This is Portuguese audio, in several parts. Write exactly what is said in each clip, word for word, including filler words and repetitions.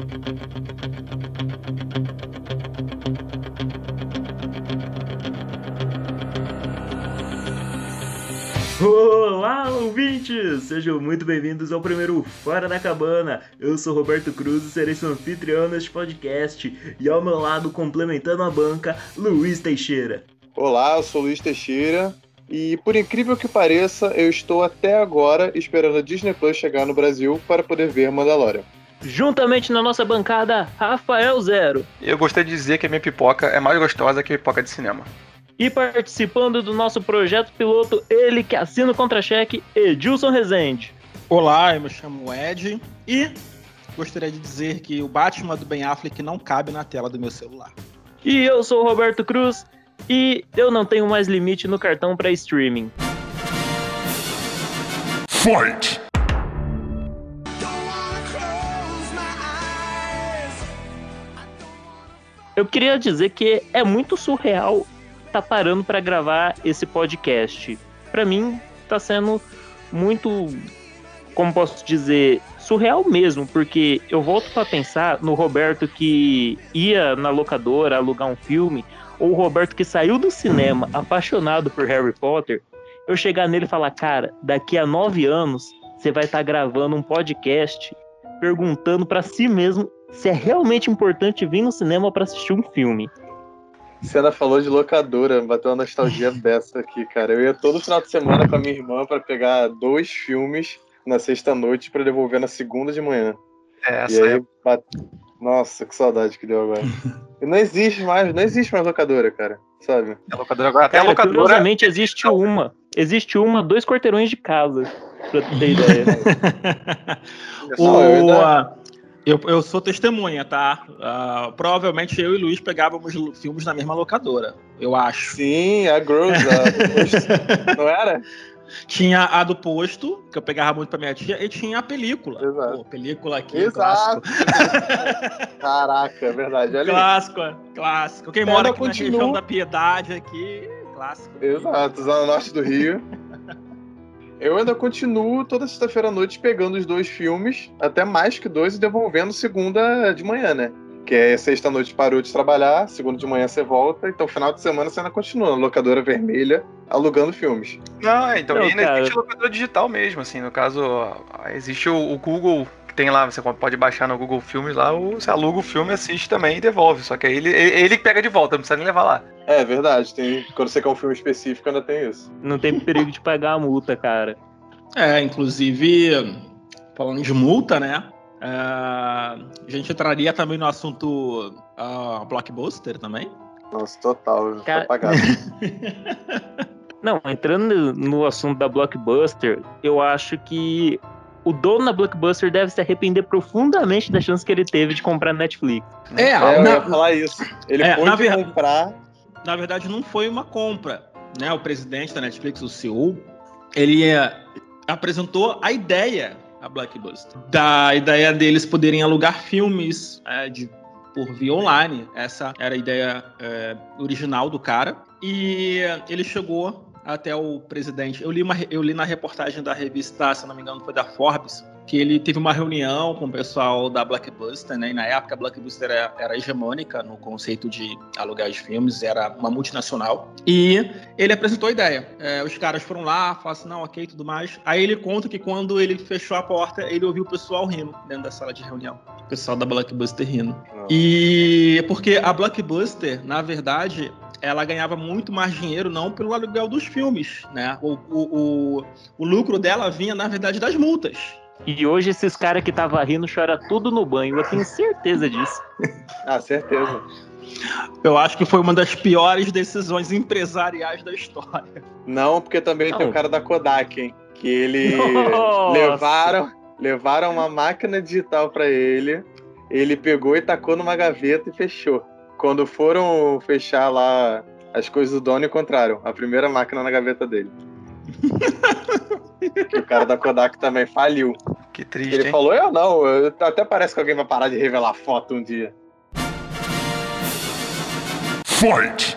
Olá, ouvintes! Sejam muito bem-vindos ao primeiro Fora da Cabana. Eu sou Roberto Cruz e serei seu anfitrião neste podcast. E ao meu lado, complementando a banca, Luiz Teixeira. Olá, eu sou Luiz Teixeira e, por incrível que pareça, eu estou até agora esperando a Disney Plus chegar no Brasil para poder ver Mandalorian. Juntamente na nossa bancada, Rafael Zero. Eu gostaria de dizer que a minha pipoca é mais gostosa que a pipoca de cinema. E participando do nosso projeto piloto, ele que assina o contra-cheque, Edilson Rezende. Olá, eu me chamo Ed e gostaria de dizer que o Batman do Ben Affleck não cabe na tela do meu celular. E eu sou o Roberto Cruz e eu não tenho mais limite no cartão para streaming. Fight! Eu queria dizer que é muito surreal tá parando para gravar esse podcast. Para mim, tá sendo muito, como posso dizer, surreal mesmo, porque eu volto para pensar no Roberto que ia na locadora alugar um filme, ou o Roberto que saiu do cinema apaixonado por Harry Potter, eu chegar nele e falar, cara, daqui a nove anos você vai estar tá gravando um podcast perguntando para si mesmo se é realmente importante vir no cinema para assistir um filme. Você ainda falou de locadora, bateu uma nostalgia dessa aqui, cara. Eu ia todo final de semana com a minha irmã pra pegar dois filmes na sexta-noite pra devolver na segunda de manhã. É, essa e aí, é... bate... Nossa, que saudade que deu agora. E não existe mais, não existe mais locadora, cara, sabe? A locadora agora, até cara, a locadora... Curiosamente, existe uma. Existe uma, dois quarteirões de casa, pra ter ideia. o... eu ainda... Eu, eu sou testemunha, tá? Uh, provavelmente eu e o Luiz pegávamos filmes na mesma locadora, eu acho. Sim, a Girls, a... não era? Tinha a do posto, que eu pegava muito pra minha tia, e tinha a película. Exato. Pô, película aqui, Exato. clássico. Caraca, é verdade. Ali. Clássico, clássico. Quem Eu mora aqui continuo... na região da Piedade aqui, clássico. Exato, Zona Norte do Rio. Eu ainda continuo toda sexta-feira à noite pegando os dois filmes, até mais que dois, e devolvendo segunda de manhã, né? Que é sexta-noite parou de trabalhar, segunda de manhã você volta, então final de semana você ainda continua na locadora vermelha, alugando filmes. Não, então Não, ainda cara. existe locadora digital mesmo, assim, no caso, existe o, o Google, que tem lá, você pode baixar no Google Filmes lá, você aluga o filme, assiste também e devolve, só que aí ele, ele pega de volta, não precisa nem levar lá. É verdade, tem, quando você quer um filme específico ainda tem isso. Não tem perigo de pagar a multa, cara. É, inclusive, falando de multa, né? É, a gente entraria também no assunto uh, Blockbuster também. Nossa, total, Cara... tá pagado. Não, entrando no assunto da Blockbuster, eu acho que o dono da Blockbuster deve se arrepender profundamente da chance que ele teve de comprar Netflix. É, é eu na... ia falar isso. Ele é, pôde na ver... comprar... Na verdade, não foi uma compra, né? O presidente da Netflix, o C E O, ele é, apresentou a ideia a Blockbuster, da ideia deles poderem alugar filmes é, de, por via online. Essa era a ideia é, original do cara. E ele chegou até o presidente. Eu li, uma, eu li na reportagem da revista, se não me engano, foi da Forbes, que ele teve uma reunião com o pessoal da Blockbuster, né? E na época a Blockbuster era, era hegemônica no conceito de alugar de filmes, era uma multinacional. E ele apresentou a ideia. É, os caras foram lá, falaram assim, não, ok, tudo mais. Aí ele conta que quando ele fechou a porta, ele ouviu o pessoal rindo dentro da sala de reunião. O pessoal da Blockbuster rindo. Não. E porque a Blockbuster, na verdade... ela ganhava muito mais dinheiro não pelo aluguel dos filmes, né? O, o, o, o lucro dela vinha, na verdade, das multas. E hoje esses caras que tava rindo choram tudo no banho, eu tenho certeza disso. Ah, certeza. Eu acho que foi uma das piores decisões empresariais da história. Não, porque também não. Tem o cara da Kodak, hein? Que ele levaram, levaram uma máquina digital pra ele, ele pegou e tacou numa gaveta e fechou. Quando foram fechar lá as coisas do dono, encontraram a primeira máquina na gaveta dele. Que o cara da Kodak também faliu. Que triste, Ele hein? falou, eu não, eu, até parece que alguém vai parar de revelar foto um dia. Fight!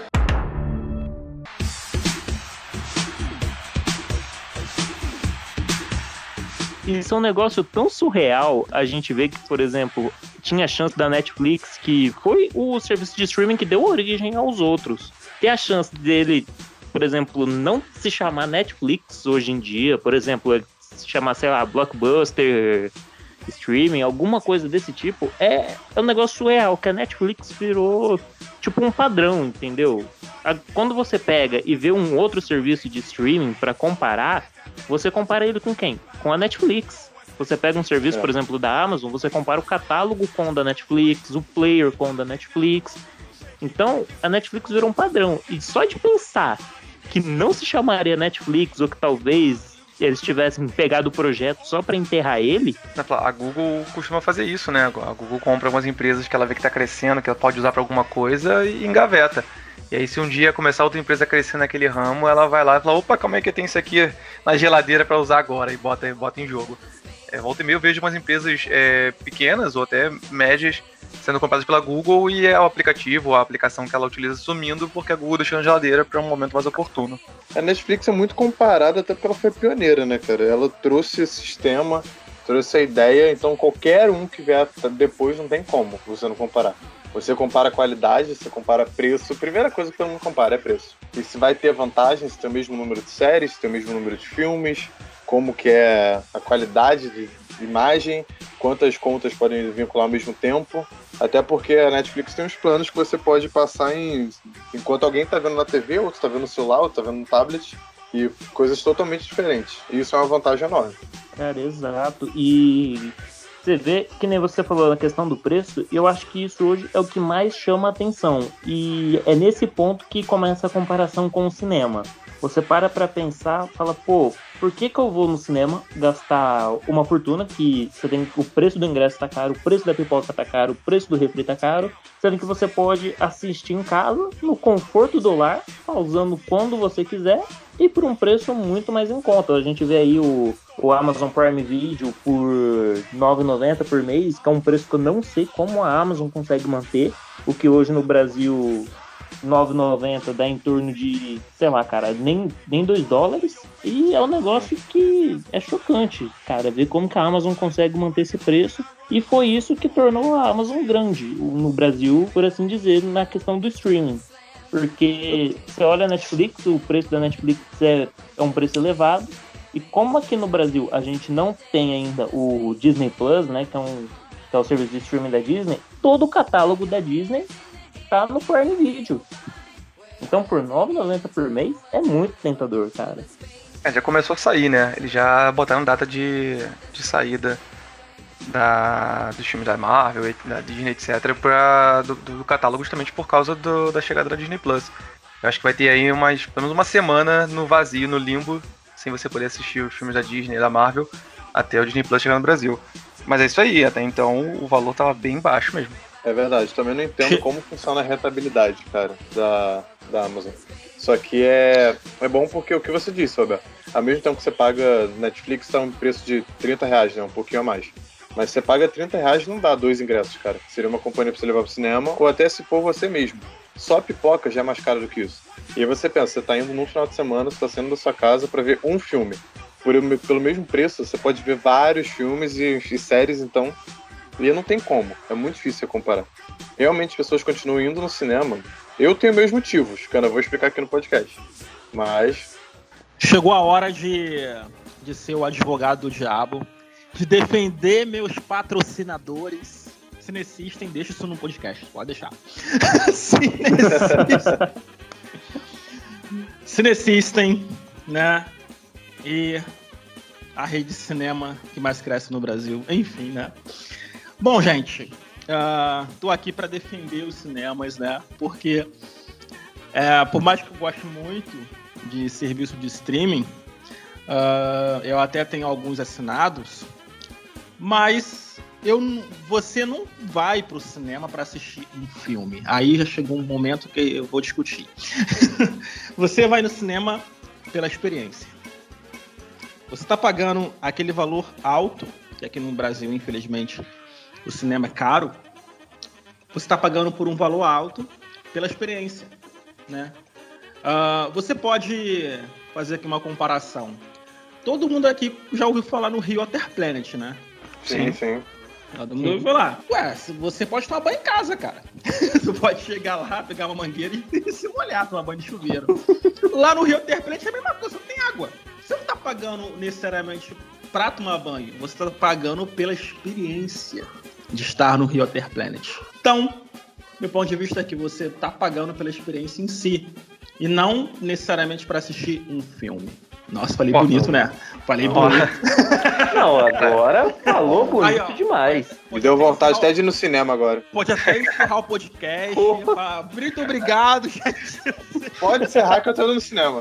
isso é um negócio tão surreal. A gente vê que, por exemplo, tinha a chance da Netflix, que foi o serviço de streaming que deu origem aos outros. Ter a chance dele, por exemplo, não se chamar Netflix hoje em dia, por exemplo, se chamar, sei lá, Blockbuster Streaming, alguma coisa desse tipo, é, é um negócio surreal, que a Netflix virou tipo um padrão, entendeu? Quando você pega e vê um outro serviço de streaming para comparar, você compara ele com quem? Com a Netflix. Você pega um serviço, é. por exemplo, da Amazon, você compara o catálogo com o da Netflix, o player com o da Netflix. Então, a Netflix virou um padrão. E só de pensar que não se chamaria Netflix, ou que talvez eles tivessem pegado o projeto só para enterrar ele... A Google costuma fazer isso, né? A Google compra algumas empresas que ela vê que tá crescendo, que ela pode usar para alguma coisa e engaveta. E aí, se um dia começar outra empresa a crescer naquele ramo, ela vai lá e fala, opa, como é que tem isso aqui na geladeira para usar agora? E bota, bota em jogo. É, volta e meia eu vejo umas empresas é, pequenas ou até médias sendo compradas pela Google e é o aplicativo, a aplicação que ela utiliza sumindo porque a Google deixou na geladeira para um momento mais oportuno. A Netflix é muito comparada até porque ela foi pioneira, né, cara? Ela trouxe esse sistema, trouxe a ideia, então qualquer um que vier depois não tem como você não comparar. Você compara qualidade, você compara preço. A primeira coisa que todo mundo compara é preço. E se vai ter vantagens, se tem o mesmo número de séries, se tem o mesmo número de filmes, como que é a qualidade de imagem, quantas contas podem vincular ao mesmo tempo. Até porque a Netflix tem uns planos que você pode passar em enquanto alguém está vendo na T V, outro está vendo no celular, outro está vendo no tablet, e coisas totalmente diferentes. E isso é uma vantagem enorme. Cara, exato. E você vê, que nem você falou na questão do preço, eu acho que isso hoje é o que mais chama a atenção. E é nesse ponto que começa a comparação com o cinema. Você para pra pensar, fala, pô, por que que eu vou no cinema gastar uma fortuna, que você tem, o preço do ingresso tá caro, o preço da pipoca tá caro, o preço do refri tá caro, sendo que você pode assistir em casa, no conforto do lar, pausando quando você quiser, e por um preço muito mais em conta. A gente vê aí o, o Amazon Prime Video por nove reais e noventa centavos por mês, que é um preço que eu não sei como a Amazon consegue manter, o que hoje no Brasil... nove reais e noventa centavos dá em torno de, sei lá, cara, nem, nem dois dólares. E é um negócio que é chocante, cara, ver como que a Amazon consegue manter esse preço. E foi isso que tornou a Amazon grande no Brasil, por assim dizer, na questão do streaming. Porque você olha a Netflix, o preço da Netflix é, é um preço elevado. E como aqui no Brasil a gente não tem ainda o Disney Plus, né, que é, um, que é o serviço de streaming da Disney, todo o catálogo da Disney tá no Prime Video. Então por nove reais e noventa centavos por mês é muito tentador, cara. É, já começou a sair, né? Eles já botaram data de, de saída da, dos filmes da Marvel, da Disney, etcétera, pra, do, do catálogo justamente por causa do, da chegada da Disney Plus. Eu acho que vai ter aí umas, pelo menos uma semana no vazio, no limbo, sem você poder assistir os filmes da Disney e da Marvel até o Disney Plus chegar no Brasil. Mas é isso aí, até então o valor tava bem baixo mesmo. É verdade, também não entendo como funciona a rentabilidade, cara, da, da Amazon. Só que é, é bom porque o que você disse, Roberto, ao mesmo tempo que você paga Netflix, tá um preço de trinta reais, né, um pouquinho a mais. Mas você paga trinta reais não dá dois ingressos, cara. Seria uma companhia pra você levar pro cinema, ou até se for você mesmo. Só pipoca já é mais caro do que isso. E aí você pensa, você tá indo num final de semana, você tá saindo da sua casa pra ver um filme. Por, pelo mesmo preço, você pode ver vários filmes e, e séries, então... E não tem como, é muito difícil você comparar. Realmente as pessoas continuam indo no cinema. Eu tenho meus motivos, que eu não vou explicar aqui no podcast. Mas... Chegou a hora de, de ser o advogado do diabo, de defender meus patrocinadores. Cinesystem, deixa isso no podcast, pode deixar. Cinesystem. Cinesystem, né? E a rede de cinema que mais cresce no Brasil, enfim, né? Bom, gente, uh, tô aqui para defender os cinemas, né? Porque, uh, por mais que eu goste muito de serviço de streaming, uh, eu até tenho alguns assinados, mas eu, você não vai pro cinema para assistir um filme. Aí já chegou um momento que eu vou discutir. Você vai no cinema pela experiência. Você tá pagando aquele valor alto, que aqui no Brasil, infelizmente, o cinema é caro. Você está pagando por um valor alto pela experiência, né? Uh, você pode fazer aqui uma comparação. todo mundo aqui já ouviu falar no Rio Water Planet, né? Sim, sim. Todo mundo ouviu falar. Ué, você pode tomar banho em casa, cara. Você pode chegar lá, pegar uma mangueira e se molhar, tomar banho de chuveiro. Lá no Rio Water Planet é a mesma coisa, você não tem água. Você não tá pagando necessariamente pra tomar banho, você tá pagando pela experiência de estar no Rio Water Planet. Então, meu ponto de vista é que você tá pagando pela experiência em si, e não necessariamente para assistir um filme. Nossa, falei Pô, bonito, né? Falei bonito. Não, agora falou bonito Aí, ó. demais. Me deu vontade até de ir no cinema agora. Pode até encerrar o podcast. Falar, muito obrigado, gente. Pode encerrar que eu tô indo no cinema.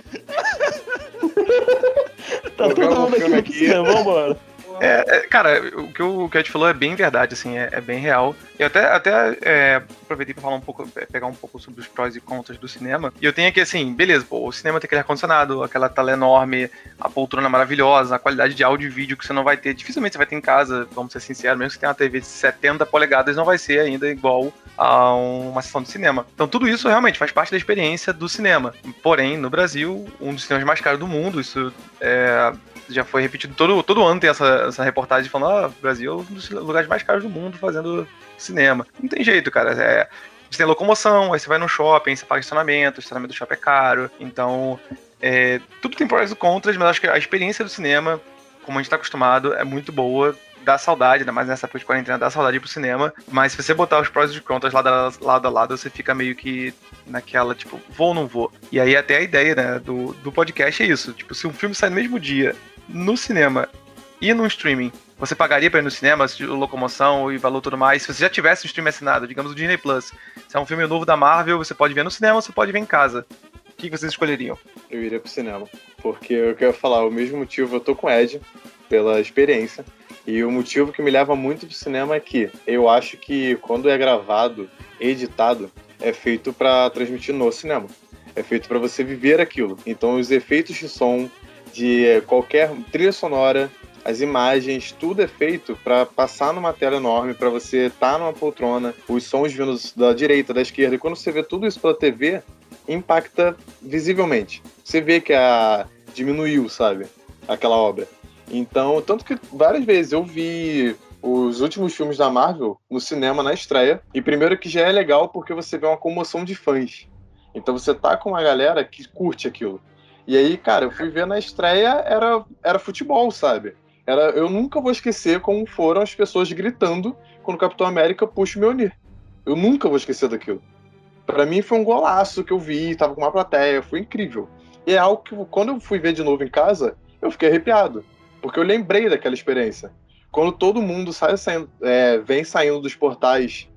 Tá Vou ver todo algum mundo aqui filme no aqui. cinema, vambora. É, é, cara, o que o, o que a gente falou é bem verdade, assim, é, é bem real. Eu até, até é, aproveitei pra falar um pouco, pegar um pouco sobre os prós e contras do cinema. E eu tenho aqui, assim, beleza, pô, o cinema tem aquele ar-condicionado, aquela tela enorme, a poltrona maravilhosa, a qualidade de áudio e vídeo que você não vai ter. Dificilmente você vai ter em casa, vamos ser sinceros, mesmo que você tenha uma T V de setenta polegadas, não vai ser ainda igual a uma sessão de cinema. Então tudo isso realmente faz parte da experiência do cinema. Porém, no Brasil, um dos cinemas mais caros do mundo, isso é... já foi repetido, todo, todo ano tem essa, essa reportagem falando, ah, o Brasil é um dos lugares mais caros do mundo fazendo cinema. Não tem jeito, cara. É, você tem locomoção, aí você vai no shopping, você paga estacionamento, o estacionamento do shopping é caro. Então, é, tudo tem prós e contras, mas acho que a experiência do cinema, como a gente tá acostumado, é muito boa. Dá saudade, ainda mais nessa época de quarentena, dá saudade pro cinema. Mas se você botar os prós e os contras lado a lado, a lado você fica meio que naquela, tipo, vou ou não vou. E aí até a ideia, né, do, do podcast é isso. Tipo, se um filme sai no mesmo dia no cinema e no streaming, você pagaria pra ir no cinema, assistir locomoção e valor tudo mais? Se você já tivesse o streaming assinado, digamos o Disney Plus, se é um filme novo da Marvel, você pode ver no cinema, você pode ver em casa. O que vocês escolheriam? Eu iria pro cinema. Porque eu quero falar, o mesmo motivo, eu tô com o Ed, pela experiência. E o motivo que me leva muito pro cinema é que eu acho que quando é gravado, editado, é feito pra transmitir no cinema. É feito pra você viver aquilo. Então os efeitos de som, de qualquer trilha sonora, as imagens, tudo é feito para passar numa tela enorme, para você estar tá numa poltrona, os sons vindo da direita, da esquerda, e quando você vê tudo isso pela T V, impacta visivelmente. Você vê que a diminuiu, sabe, aquela obra. Então, tanto que várias vezes eu vi os últimos filmes da Marvel no cinema na estreia, e primeiro que já é legal porque você vê uma comoção de fãs. Então você tá com uma galera que curte aquilo. E aí, cara, eu fui ver na estreia, era, era futebol, sabe? Era, eu nunca vou esquecer como foram as pessoas gritando quando o Capitão América puxa o Mjolnir. Eu nunca vou esquecer daquilo. Pra mim foi um golaço que eu vi, tava com uma plateia, foi incrível. E é algo que, quando eu fui ver de novo em casa, eu fiquei arrepiado. Porque eu lembrei daquela experiência. Quando todo mundo sai saindo, é, vem saindo dos portais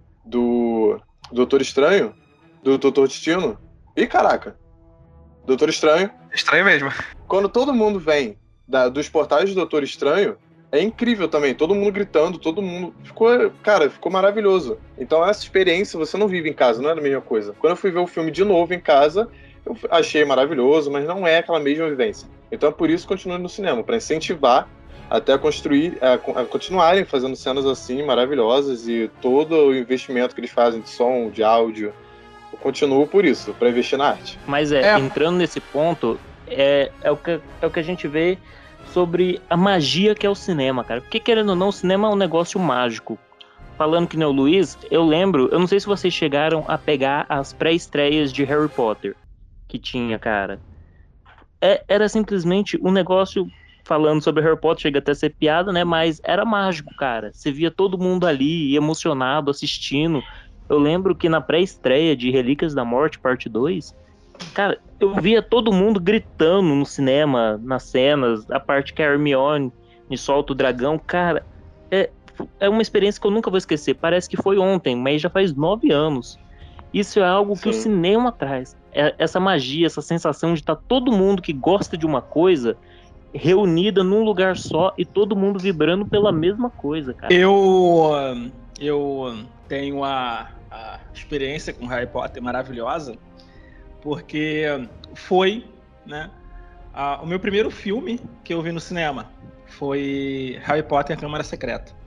do Doutor Estranho, do Doutor Destino, e caraca, Doutor Estranho. Estranho mesmo. Quando todo mundo vem da, dos portais do Doutor Estranho, é incrível também. Todo mundo gritando, todo mundo... Ficou, cara, ficou maravilhoso. Então essa experiência você não vive em casa, não é a mesma coisa. Quando eu fui ver o filme de novo em casa, eu achei maravilhoso, mas não é aquela mesma vivência. Então é por isso que continuo no cinema, para incentivar até a construir, a, a continuarem fazendo cenas assim maravilhosas e todo o investimento que eles fazem de som, de áudio. Eu continuo por isso, para investir na arte. Mas é, é, entrando nesse ponto, é, é, o que, é o que a gente vê sobre a magia que é o cinema, cara. Porque, querendo ou não, o cinema é um negócio mágico. Falando que nem o Luiz, eu lembro, eu não sei se vocês chegaram a pegar as pré-estreias de Harry Potter que tinha, cara. É, era simplesmente um negócio, falando sobre Harry Potter, chega até a ser piada, né? Mas era mágico, cara. Você via todo mundo ali, emocionado, assistindo. Eu lembro que na pré-estreia de Relíquias da Morte, parte dois, cara, eu via todo mundo gritando no cinema, nas cenas, a parte que a Hermione solta o dragão. Cara, é, é uma experiência que eu nunca vou esquecer. Parece que foi ontem, mas já faz nove anos. Isso é algo que Sim. o cinema traz. É essa magia, essa sensação de estar todo mundo que gosta de uma coisa reunida num lugar só e todo mundo vibrando pela mesma coisa, cara. Eu, eu tenho a, a experiência com Harry Potter maravilhosa, porque foi, né, a, o meu primeiro filme que eu vi no cinema. Foi Harry Potter e a Câmara Secreta.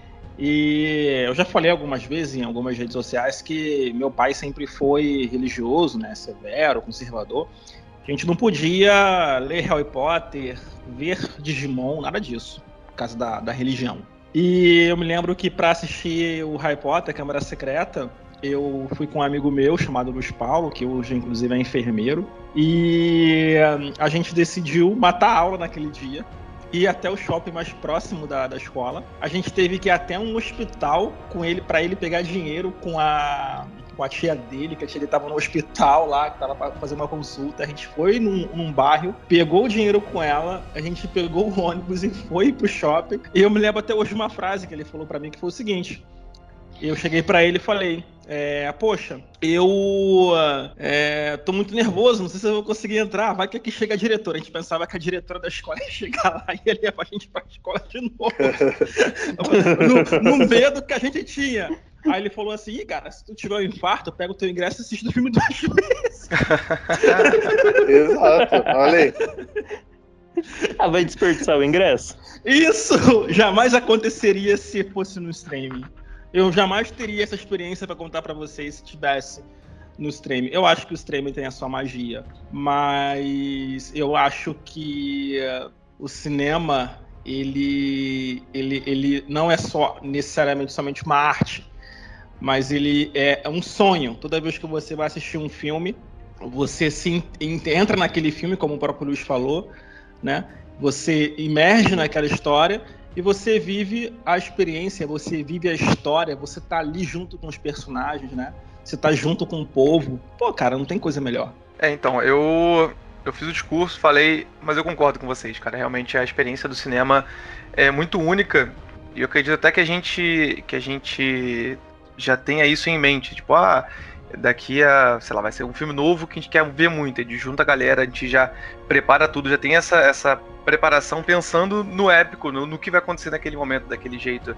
E eu já falei algumas vezes em algumas redes sociais que meu pai sempre foi religioso, né, severo, conservador, A gente não podia ler Harry Potter, ver Digimon, nada disso, por causa da, da religião. E eu me lembro que para assistir o Harry Potter, Câmara Secreta, eu fui com um amigo meu chamado Luiz Paulo, que hoje inclusive é enfermeiro, e a gente decidiu matar a aula naquele dia, ir até o shopping mais próximo da, da escola. A gente teve que ir até um hospital com ele para ele pegar dinheiro com a, com a tia dele, que a tia dele estava no hospital lá, que estava para fazer uma consulta. A gente foi num, num bairro, pegou o dinheiro com ela, a gente pegou o ônibus e foi pro shopping. E eu me lembro até hoje uma frase que ele falou para mim, que foi o seguinte: eu cheguei para ele e falei, é, poxa, eu é, tô muito nervoso, não sei se eu vou conseguir entrar, vai que aqui chega a diretora. A gente pensava que a diretora da escola ia chegar lá e ia levar a gente pra escola de novo. no, no medo que a gente tinha. Aí ele falou assim, Ih, cara, se tu tiver um infarto, pega o teu ingresso e assiste o filme duas vezes. Exato, olha aí. Ah, vai desperdiçar o ingresso? Isso jamais aconteceria se fosse no streaming. Eu jamais teria essa experiência para contar para vocês se tivesse no streaming. Eu acho que o streaming tem a sua magia, mas eu acho que o cinema, ele, ele, ele não é só necessariamente somente uma arte, mas ele é um sonho. Toda vez que você vai assistir um filme, você se entra naquele filme, como o próprio Luiz falou, né? Você imerge naquela história e você vive a experiência, você vive a história, você tá ali junto com os personagens, né? Você tá junto com o povo. Pô, cara, não tem coisa melhor. É, então, eu, eu fiz o discurso, falei, mas eu concordo com vocês, cara. Realmente a experiência do cinema é muito única. E eu acredito até que a gente, que a gente já tenha isso em mente. Tipo, ah, daqui a, sei lá, vai ser um filme novo que a gente quer ver muito. A gente junta a galera, a gente já prepara tudo, já tem essa... essa preparação pensando no épico, no, no que vai acontecer naquele momento, daquele jeito.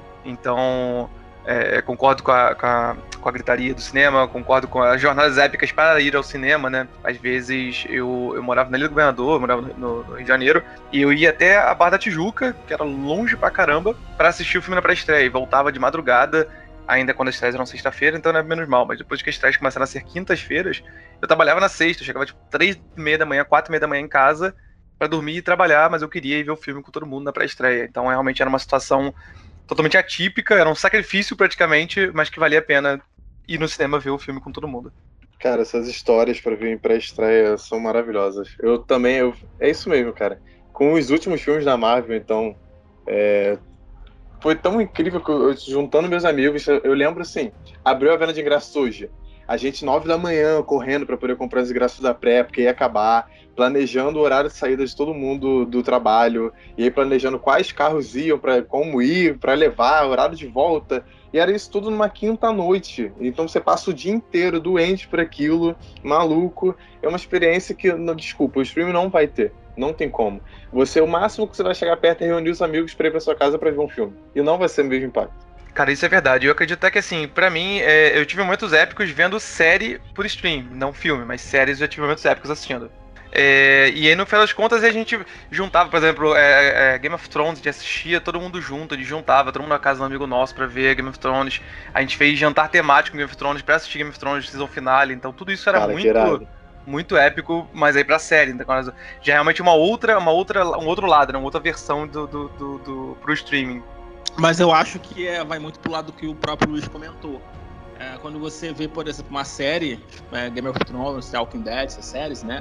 Então, é, concordo com a, com, a, com a gritaria do cinema, concordo com as jornadas épicas para ir ao cinema, né? Às vezes eu, eu morava na Ilha do Governador, eu morava no, no Rio de Janeiro, e eu ia até a Barra da Tijuca, que era longe pra caramba, para assistir o filme na pré-estreia, e voltava de madrugada, ainda quando as estreias eram sexta-feira, então não é menos mal, mas depois que as estreias começaram a ser quintas-feiras, eu trabalhava na sexta, eu chegava tipo três e meia da manhã, quatro e meia da manhã em casa, pra dormir e trabalhar, mas eu queria ir ver o filme com todo mundo na pré-estreia. Então realmente era uma situação totalmente atípica, era um sacrifício praticamente, mas que valia a pena ir no cinema ver o filme com todo mundo. Cara, essas histórias pra ver em pré-estreia são maravilhosas. Eu também, eu... é isso mesmo, cara. Com os últimos filmes da Marvel, então, é... foi tão incrível que eu, juntando meus amigos, eu lembro assim, abriu a venda de ingressos hoje. A gente, nove da manhã, correndo para poder comprar os ingressos da pré, porque ia acabar, planejando o horário de saída de todo mundo do trabalho, e aí planejando quais carros iam, para como ir, para levar, horário de volta, e era isso tudo numa quinta-noite. Então você passa o dia inteiro doente por aquilo, maluco. É uma experiência que, não, desculpa, o streaming não vai ter. Não tem como. Você, o máximo que você vai chegar perto é reunir os amigos para ir para sua casa para ver um filme. E não vai ser o mesmo impacto. Cara, isso é verdade. Eu acredito até que, assim, pra mim, é, eu tive momentos épicos vendo série por stream. Não filme, mas séries eu tive momentos épicos assistindo. É, e aí, no final das contas, a gente juntava, por exemplo, é, é, Game of Thrones, a gente assistia todo mundo junto, a gente juntava todo mundo na casa de um amigo nosso pra ver Game of Thrones. A gente fez jantar temático em Game of Thrones pra assistir Game of Thrones season finale. Então, tudo isso era Cara, muito... muito épico, mas aí pra série, então, já é realmente uma outra, uma outra, um outro lado, né? Uma outra versão do, do, do, do, pro streaming. Mas eu acho que é, vai muito pro lado que o próprio Luiz comentou. É, quando você vê, por exemplo, uma série, é, Game of Thrones, The Walking Dead, essas séries, né?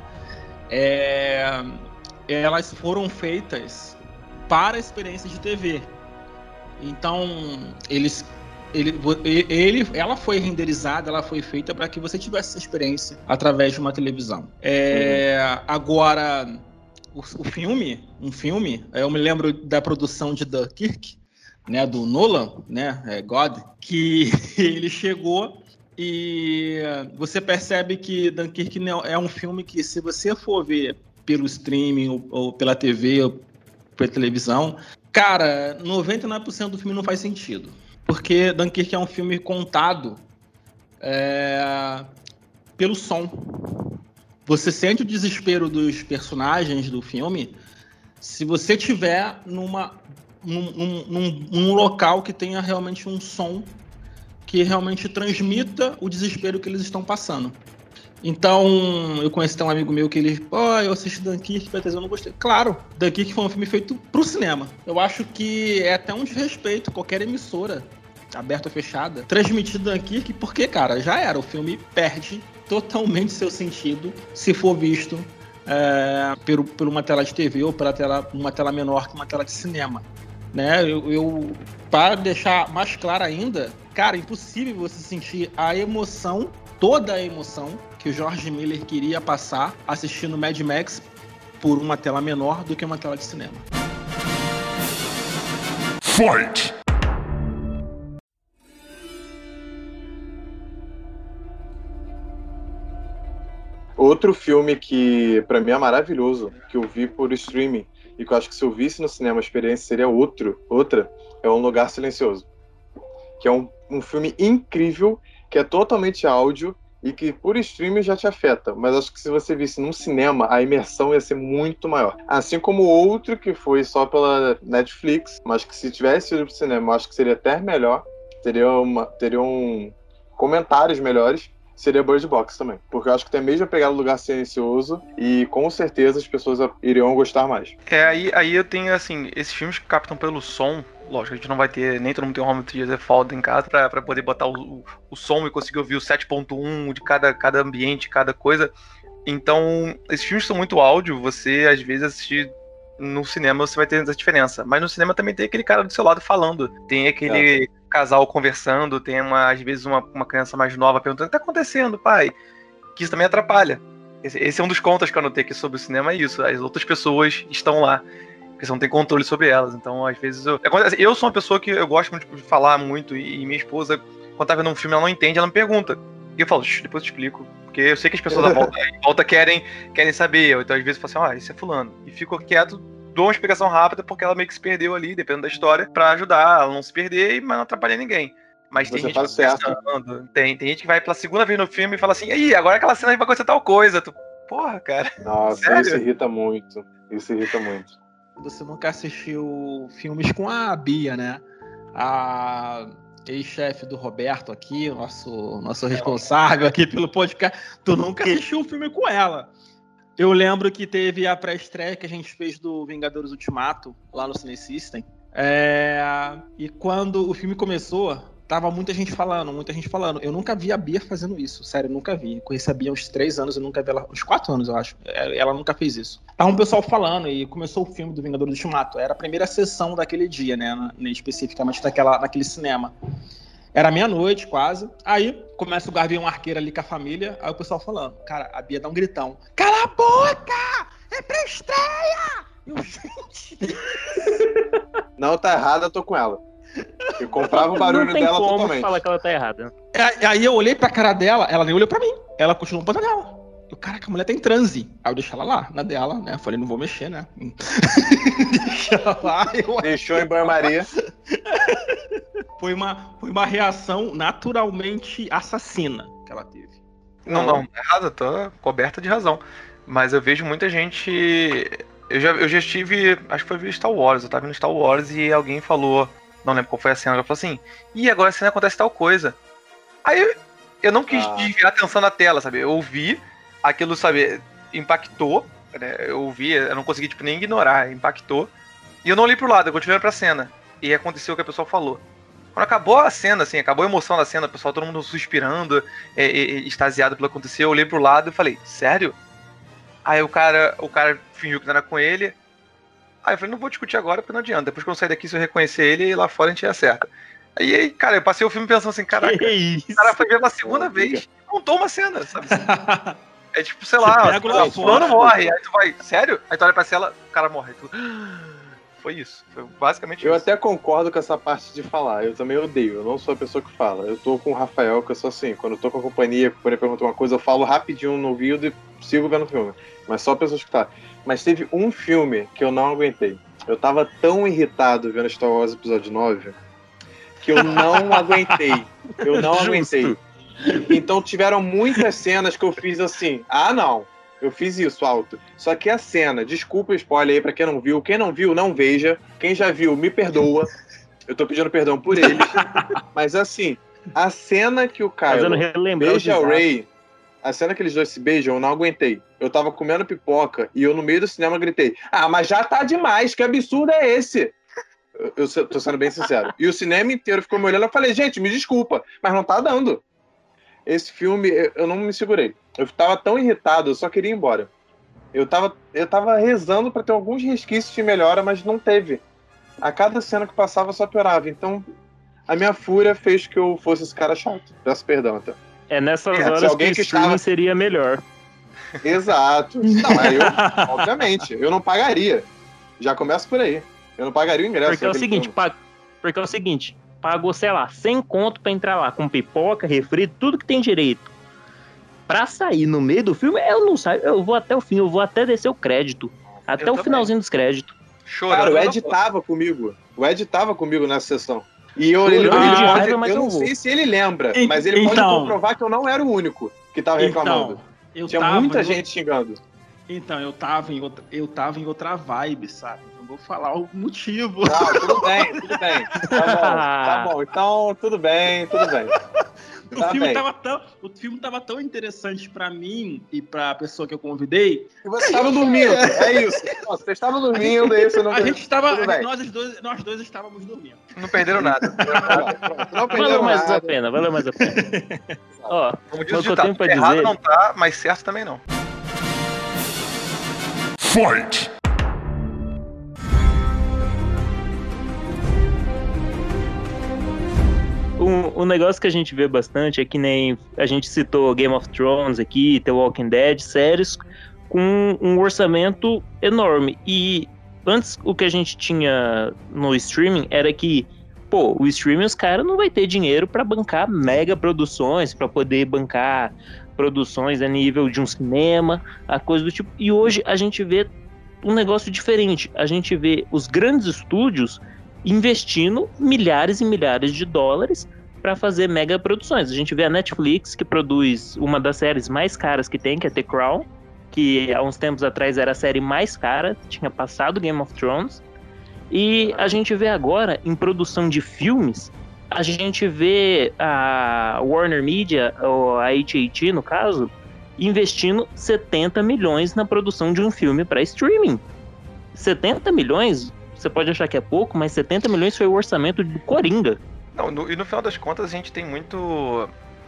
É, elas foram feitas para a experiência de T V. Então, eles... Ele, ele, ela foi renderizada, ela foi feita para que você tivesse essa experiência através de uma televisão. É, uhum. Agora, o, o filme, um filme, eu me lembro da produção de Dunkirk, né, do Nolan, né, é God, que ele chegou e você percebe que Dunkirk é um filme que, se você for ver pelo streaming ou, ou pela T V ou pela televisão, cara, noventa e nove por cento do filme não faz sentido. Porque Dunkirk é um filme contado é, pelo som. Você sente o desespero dos personagens do filme se você tiver numa, num, num, num local que tenha realmente um som que realmente transmita o desespero que eles estão passando. Então, eu conheci até um amigo meu que ele, pô, eu assisti Dunkirk, mas eu não gostei. Claro, Dunkirk foi um filme feito pro cinema. Eu acho que é até um desrespeito qualquer emissora, aberta ou fechada, transmitir Dunkirk, porque, cara, já era. O filme perde totalmente seu sentido se for visto é, por, por uma tela de T V ou pela tela, uma tela menor que uma tela de cinema. Né? Eu, eu para deixar mais claro ainda, cara, impossível você sentir a emoção, toda a emoção que o George Miller queria passar assistindo Mad Max por uma tela menor do que uma tela de cinema. Fight! Outro filme que pra mim é maravilhoso, que eu vi por streaming e que eu acho que se eu visse no cinema a experiência seria outro, outra, é Um Lugar Silencioso. Que é um, um filme incrível, que é totalmente áudio e que por streaming já te afeta. Mas acho que se você visse num cinema, a imersão ia ser muito maior. Assim como outro que foi só pela Netflix, mas que se tivesse ido pro cinema, eu acho que seria até melhor. Teria uma, teriam comentários melhores. Seria Bird Box também. Porque eu acho que tem mesmo pegar o Lugar Silencioso e com certeza as pessoas iriam gostar mais. É, aí, aí eu tenho, assim, esses filmes que captam pelo som. Lógico, a gente não vai ter, nem todo mundo tem um home theater foda em casa pra, pra poder botar o, o, o som e conseguir ouvir o sete ponto um de cada, cada ambiente, cada coisa. Então, esses filmes são muito áudio, você às vezes assistir no cinema você vai ter essa diferença. Mas no cinema também tem aquele cara do seu lado falando, tem aquele é. casal conversando, tem uma, às vezes uma, uma criança mais nova perguntando: o que tá acontecendo, pai? Que isso também atrapalha. Esse, esse é um dos contos que eu anotei aqui sobre o cinema, é isso. As outras pessoas estão lá, porque você não tem controle sobre elas. Então, às vezes, eu... Eu sou uma pessoa que eu gosto muito de falar muito, e minha esposa, quando tá vendo um filme, ela não entende, ela me pergunta. E eu falo: depois eu te explico. Porque eu sei que as pessoas à volta, à volta querem, querem saber. Então, às vezes, eu falo assim: ah, isso é fulano. E fico quieto, dou uma explicação rápida, porque ela meio que se perdeu ali, dependendo da história, pra ajudar ela não se perder, mas não atrapalhar ninguém. Mas tem Você gente faz que vai certo. pensando, tem, tem gente que vai pela segunda vez no filme e fala assim: aí, agora aquela cena vai acontecer tal coisa. Tu, porra, cara. Nossa, sério? isso irrita muito. Isso irrita muito. Você nunca assistiu filmes com a Bia, né? A ex-chefe do Roberto aqui, o nosso, nosso responsável aqui pelo podcast. Tu nunca assistiu o filme com ela. Eu lembro que teve a pré-estreia que a gente fez do Vingadores Ultimato, lá no Cine System. É... E quando o filme começou, tava muita gente falando, muita gente falando. Eu nunca vi a Bia fazendo isso, sério, eu nunca vi. Eu conheci a Bia há uns três anos, eu nunca vi ela, uns quatro anos, eu acho. Ela nunca fez isso. Tava um pessoal falando e começou o filme do Vingadores Ultimato. Era a primeira sessão daquele dia, né, especificamente daquela, naquele cinema. Era meia-noite, quase. Aí começa o Gavião Arqueiro ali com a família. Aí o pessoal falando. Cara, a Bia dá um gritão: cala a boca! É pra estreia! Eu, gente... Não tá errada, eu tô com ela. Eu comprava o barulho não tem dela como totalmente. falar que ela tá errada. Aí eu olhei pra cara dela, ela nem olhou pra mim. Ela continuou botando dela. Eu, caraca, a mulher tá em transe. Aí eu deixei ela lá, na dela, né? Eu falei: não vou mexer, né? Deixa ela lá. Eu... Deixou em banho-maria. Foi uma, foi uma reação naturalmente assassina que ela teve. Não, não, errada, tô coberta de razão. Mas eu vejo muita gente. Eu já, eu já estive. Acho que foi ver Star Wars. Eu tava vendo Star Wars e alguém falou. Não lembro qual foi a cena. Ela falou assim: ih, agora a cena acontece tal coisa. Aí eu, eu não quis Ah. desviar a atenção da tela, sabe? Eu ouvi aquilo, sabe? Impactou. Né? Eu ouvi, eu não consegui, tipo, nem ignorar. Impactou. E eu não olhei pro lado, eu continuei pra cena. E aconteceu o que a pessoa falou. Quando acabou a cena, assim, acabou a emoção da cena, o pessoal, todo mundo suspirando, é, é, extasiado pelo que aconteceu, eu olhei pro lado e falei: sério? Aí o cara, o cara fingiu que não era com ele. Aí eu falei: não vou discutir agora, porque não adianta. Depois que eu sair daqui, se eu reconhecer ele, lá fora a gente acerta. Aí, cara, eu passei o filme pensando assim: caraca, Que isso? o cara foi ver uma segunda Pô, vez, montou uma cena, sabe? É tipo, sei Você lá, pega lá o fora. fulano morre, aí tu vai: sério? Aí tu olha pra cela, o cara morre. Aí tu... Foi isso, foi basicamente Eu isso. até concordo com essa parte de falar. Eu também odeio. Eu não sou a pessoa que fala. Eu tô com o Rafael, que eu sou assim. Quando eu tô com a companhia, a companhia pergunta uma coisa, eu falo rapidinho no ouvido e sigo vendo o filme. Mas só a pessoa escutar. Mas teve um filme que eu não aguentei. Eu tava tão irritado vendo Star Wars Episódio nove que eu não aguentei. Eu não Justo. aguentei. Então tiveram muitas cenas que eu fiz assim: ah, não. Eu fiz isso alto. Só que a cena, desculpa o spoiler aí pra quem não viu. Quem não viu, não veja. Quem já viu, me perdoa. Eu tô pedindo perdão por eles. Mas assim, a cena que o Kylo Fazendo relembrar o beija o desastre. Rey, A cena que eles dois se beijam, eu não aguentei. Eu tava comendo pipoca e eu no meio do cinema gritei: ah, mas já tá demais, que absurdo é esse? Eu, eu tô sendo bem sincero. E o cinema inteiro ficou me olhando, eu falei: gente, me desculpa, mas não tá dando. Esse filme, eu não me segurei. Eu tava tão irritado, eu só queria ir embora. Eu tava, eu tava rezando pra ter alguns resquícios de melhora, mas não teve. A cada cena que passava só piorava. Então, a minha fúria fez que eu fosse esse cara chato. Peço perdão, até. É nessas É, horas se que o alguém que streaming estava- seria melhor. Exato. Não, aí eu, obviamente, eu não pagaria. Já começa por aí. Eu não pagaria o ingresso. Porque é o daquele seguinte, filme. pa- porque é o seguinte, pagou, sei lá, cem conto pra entrar lá, com pipoca, refri, tudo que tem direito. Pra sair no meio do filme, eu não saio, eu vou até o fim, eu vou até descer o crédito. Até Eu o também. finalzinho dos créditos. Chorando. Cara, o eu Ed não- tava comigo. O Ed tava comigo nessa sessão. E eu, Chorando ele, ele de pode, raiva, mas eu eu não vou. sei se ele lembra, E- mas ele pode então- comprovar que eu não era o único que tava reclamando. Então, eu Tinha tava muita em gente xingando. outra- Então, eu tava, em outra, eu tava em outra vibe, sabe? Não vou falar o motivo. Não, tudo bem, tudo bem. Tá bom, tá bom. Então, tudo bem, tudo bem. O Tá filme, bem. tava tão, o filme tava tão interessante pra mim e pra pessoa que eu convidei. E vocês estavam dormindo, é isso. Não, vocês estavam dormindo, é isso. Não... A gente tava. Tudo bem. Nós dois, nós dois estávamos dormindo. Não perderam nada. Pronto, não Valeu perderam mais a nada. pena, valeu mais a pena. Ó, Como diz Mas o o que eu ditado, tenho pra errado dizer- não tá, mas certo também não. Fight! um, um negócio que a gente vê bastante é que nem a gente citou Game of Thrones aqui, The Walking Dead, séries com um orçamento enorme. E antes o que a gente tinha no streaming era que, pô, o streaming os caras não vai ter dinheiro pra bancar mega produções, pra poder bancar produções a nível de um cinema, a coisa do tipo. E hoje a gente vê um negócio diferente. A gente vê os grandes estúdios investindo milhares e milhares de dólares para fazer mega produções. A gente vê a Netflix, que produz uma das séries mais caras que tem, que é The Crown, que há uns tempos atrás era a série mais cara, tinha passado Game of Thrones. E a gente vê agora, em produção de filmes, a gente vê a Warner Media, ou a H A T no caso, investindo setenta milhões na produção de um filme para streaming. setenta milhões, você pode achar que é pouco, mas setenta milhões foi o orçamento do Coringa. Não, no- e no final das contas a gente tem muito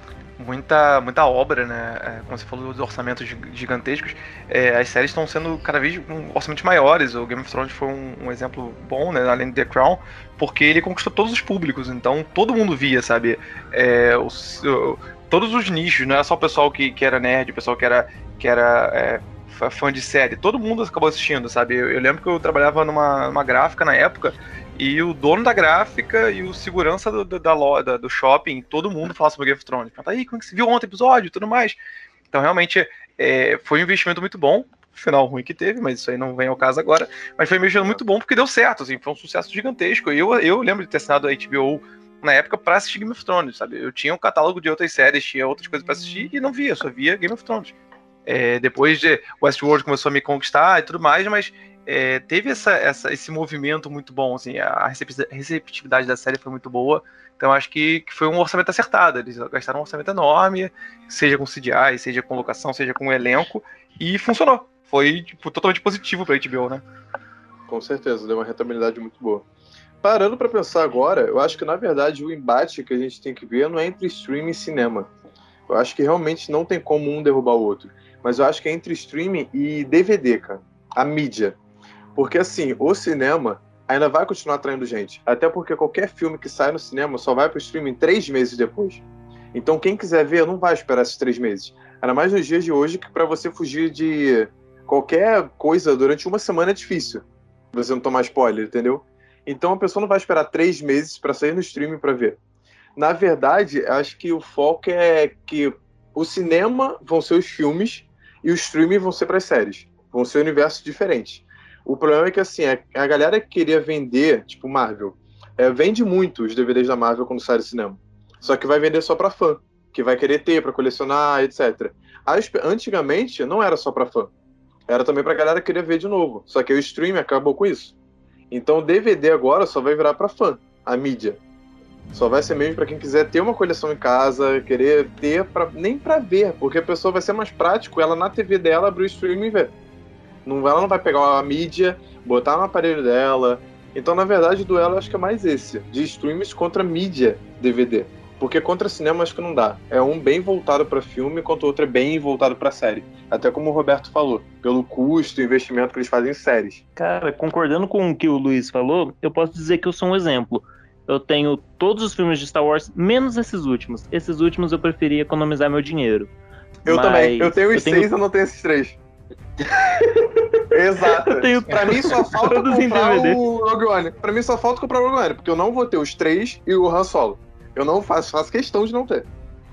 muita muita obra, né? É, como você falou, os orçamentos gig- gigantescos, é, as séries estão sendo cada vez com orçamentos maiores. O Game of Thrones foi um, um exemplo bom, né? Além de The Crown, porque ele conquistou todos os públicos, então todo mundo via, sabe? É, os- o- todos os nichos, não era só o pessoal que, que era nerd, o pessoal que era, que era é, f- fã de série, todo mundo acabou assistindo, sabe? Eu, eu lembro que eu trabalhava numa, numa gráfica na época. E o dono da gráfica e o segurança do, do, da loja, do shopping, todo mundo fala sobre Game of Thrones. Fala, aí, como é que você viu ontem o episódio e tudo mais? Então, realmente, é, foi um investimento muito bom. Final ruim que teve, mas isso aí não vem ao caso agora. Mas foi um investimento muito bom porque deu certo, assim, foi um sucesso gigantesco. E eu, eu lembro de ter assinado a H B O na época pra assistir Game of Thrones, sabe? Eu tinha um catálogo de outras séries, tinha outras coisas pra assistir e não via, só via Game of Thrones. É, depois de Westworld começou a me conquistar e tudo mais, mas é, teve essa, essa, esse movimento muito bom, assim, a recep- receptividade da série foi muito boa, então acho que, que foi um orçamento acertado, eles gastaram um orçamento enorme, seja com C G I, seja com locação, seja com elenco, e funcionou, foi tipo, totalmente positivo pra H B O, né? Com certeza, deu uma rentabilidade muito boa. Parando pra pensar agora, eu acho que na verdade o embate que a gente tem que ver não é entre streaming e cinema. Eu acho que realmente não tem como um derrubar o outro. Mas eu acho que é entre streaming e D V D, cara. A mídia. Porque assim, o cinema ainda vai continuar atraindo gente. Até porque qualquer filme que sai no cinema só vai pro streaming três meses depois. Então quem quiser ver não vai esperar esses três meses. Ainda mais nos dias de hoje que pra você fugir de qualquer coisa durante uma semana é difícil. Você não tomar spoiler, entendeu? Então a pessoa não vai esperar três meses pra sair no streaming pra ver. Na verdade, acho que o foco é que o cinema vão ser os filmes e o streaming vão ser para as séries. Vão ser universos diferentes. O problema é que, assim, a galera que queria vender, tipo Marvel, é, vende muito os D V Ds da Marvel quando sai do cinema. Só que vai vender só para fã, que vai querer ter, para colecionar, etcétera. Antigamente, não era só para fã. Era também para a galera que queria ver de novo. Só que o streaming acabou com isso. Então o D V D agora só vai virar para fã, a mídia. Só vai ser mesmo pra quem quiser ter uma coleção em casa, querer ter, pra, nem pra ver, porque a pessoa vai ser mais prático, ela na T V dela abrir o streaming e ver. Não, ela não vai pegar a mídia, botar no aparelho dela. Então, na verdade, o duelo eu acho que é mais esse, de streams contra mídia D V D. Porque contra cinema acho que não dá. É um bem voltado para filme, enquanto o outro é bem voltado para série. Até como o Roberto falou, pelo custo e investimento que eles fazem em séries. Cara, concordando com o que o Luiz falou, eu posso dizer que eu sou um exemplo. Eu tenho todos os filmes de Star Wars, menos esses últimos. Esses últimos eu preferi economizar meu dinheiro. Eu Mas também. Eu tenho os eu tenho... seis, eu não tenho esses três. Exato. Eu tenho pra mim só falta todos em comprar D V D. o Rogue One. Pra mim só falta comprar o Rogue One, porque eu não vou ter os três e o Han Solo. Eu não faço, faço questão de não ter.